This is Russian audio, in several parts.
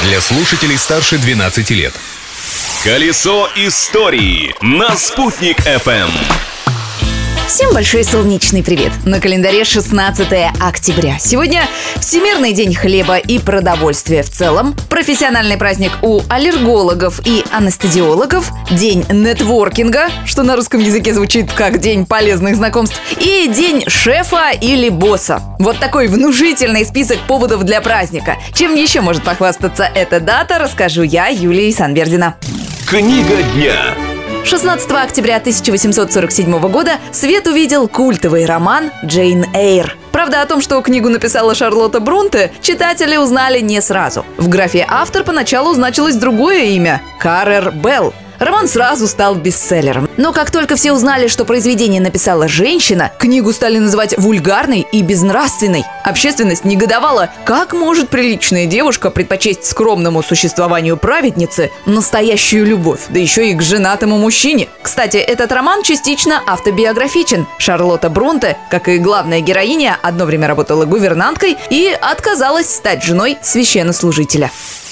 Для слушателей старше 12 лет. Колесо истории на Спутник FM. Всем большой солнечный привет! На календаре 16 октября. Сегодня Всемирный день хлеба и продовольствия в целом, профессиональный праздник у аллергологов и анестезиологов, день нетворкинга, что на русском языке звучит как день полезных знакомств, и день шефа или босса. Вот такой внушительный список поводов для праздника. Чем еще может похвастаться эта дата, расскажу я, Юлия Санбердина. Книга дня. 16 октября 1847 года свет увидел культовый роман «Джейн Эйр». Правда, о том, что книгу написала Шарлотта Бронте, читатели узнали не сразу. В графе «Автор» поначалу значилось другое имя – Каррер Белл. Роман сразу стал бестселлером. Но как только все узнали, что произведение написала женщина, книгу стали называть вульгарной и безнравственной. Общественность негодовала, как может приличная девушка предпочесть скромному существованию праведницы настоящую любовь, да еще и к женатому мужчине. Кстати, этот роман частично автобиографичен. Шарлотта Бронте, как и главная героиня, одно время работала гувернанткой и отказалась стать женой священнослужителя.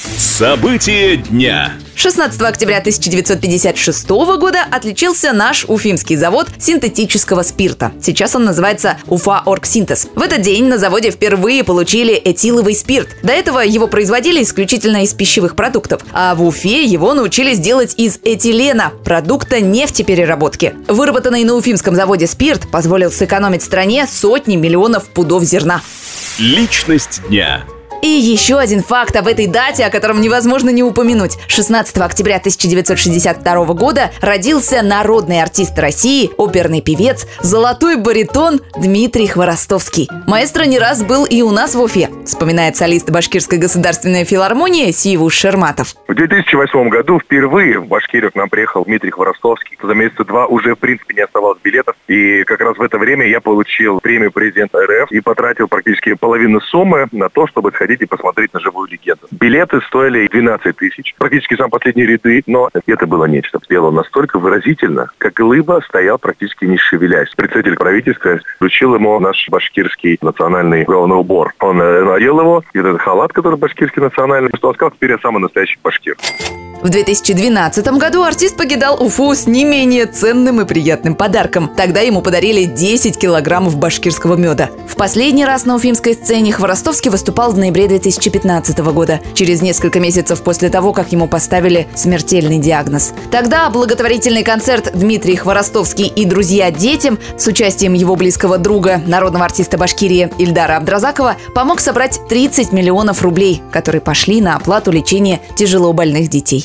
События дня. 16 октября 1956 года отличился наш уфимский завод синтетического спирта. Сейчас он называется Уфа-Оргсинтез. В этот день на заводе впервые получили этиловый спирт. До этого его производили исключительно из пищевых продуктов. А в Уфе его научились делать из этилена, продукта нефтепереработки. Выработанный на уфимском заводе спирт позволил сэкономить стране сотни миллионов пудов зерна. Личность дня. И еще один факт об этой дате, о котором невозможно не упомянуть. 16 октября 1962 года родился народный артист России, оперный певец, золотой баритон Дмитрий Хворостовский. Маэстро не раз был и у нас в Уфе, вспоминает солист Башкирской государственной филармонии Сивуш Шерматов. В 2008 году впервые в Башкирию к нам приехал Дмитрий Хворостовский. За месяца два уже, в принципе, не оставалось билетов. И как раз в это время я получил премию президента РФ и потратил практически половину суммы на то, чтобы сходить и посмотреть на живую легенду. Билеты стоили 12 тысяч, практически самые последние ряды, но это было нечто. Пел он настолько выразительно, как глыба стоял практически не шевелясь. Представитель правительства вручил ему наш башкирский национальный головной убор. Он надел его, и этот халат, который башкирский национальный, что он сказал, теперь я самый настоящий башкир. В 2012 году артист покидал Уфу с не менее ценным и приятным подарком. Тогда ему подарили 10 килограммов башкирского меда. В последний раз на уфимской сцене Хворостовский выступал в ноябре 2015 года, через несколько месяцев после того, как ему поставили смертельный диагноз. Тогда благотворительный концерт «Дмитрий Хворостовский и друзья детям» с участием его близкого друга, народного артиста Башкирии Ильдара Абдразакова, помог собрать 30 миллионов рублей, которые пошли на оплату лечения тяжелобольных детей.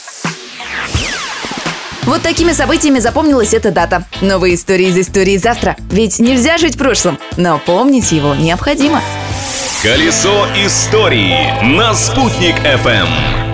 Вот такими событиями запомнилась эта дата. Новые истории из истории завтра. Ведь нельзя жить прошлым, но помнить его необходимо. Колесо истории на Спутник FM.